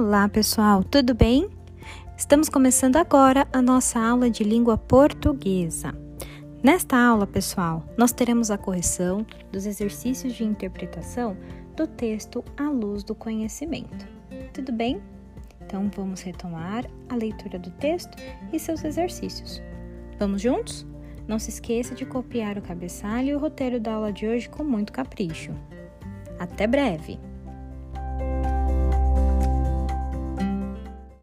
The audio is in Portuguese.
Olá, pessoal, tudo bem? Estamos começando agora a nossa aula de língua portuguesa. Nesta aula, pessoal, nós teremos a correção dos exercícios de interpretação do texto à luz do conhecimento. Tudo bem? Então, vamos retomar a leitura do texto e seus exercícios. Vamos juntos? Não se esqueça de copiar o cabeçalho e o roteiro da aula de hoje com muito capricho. Até breve!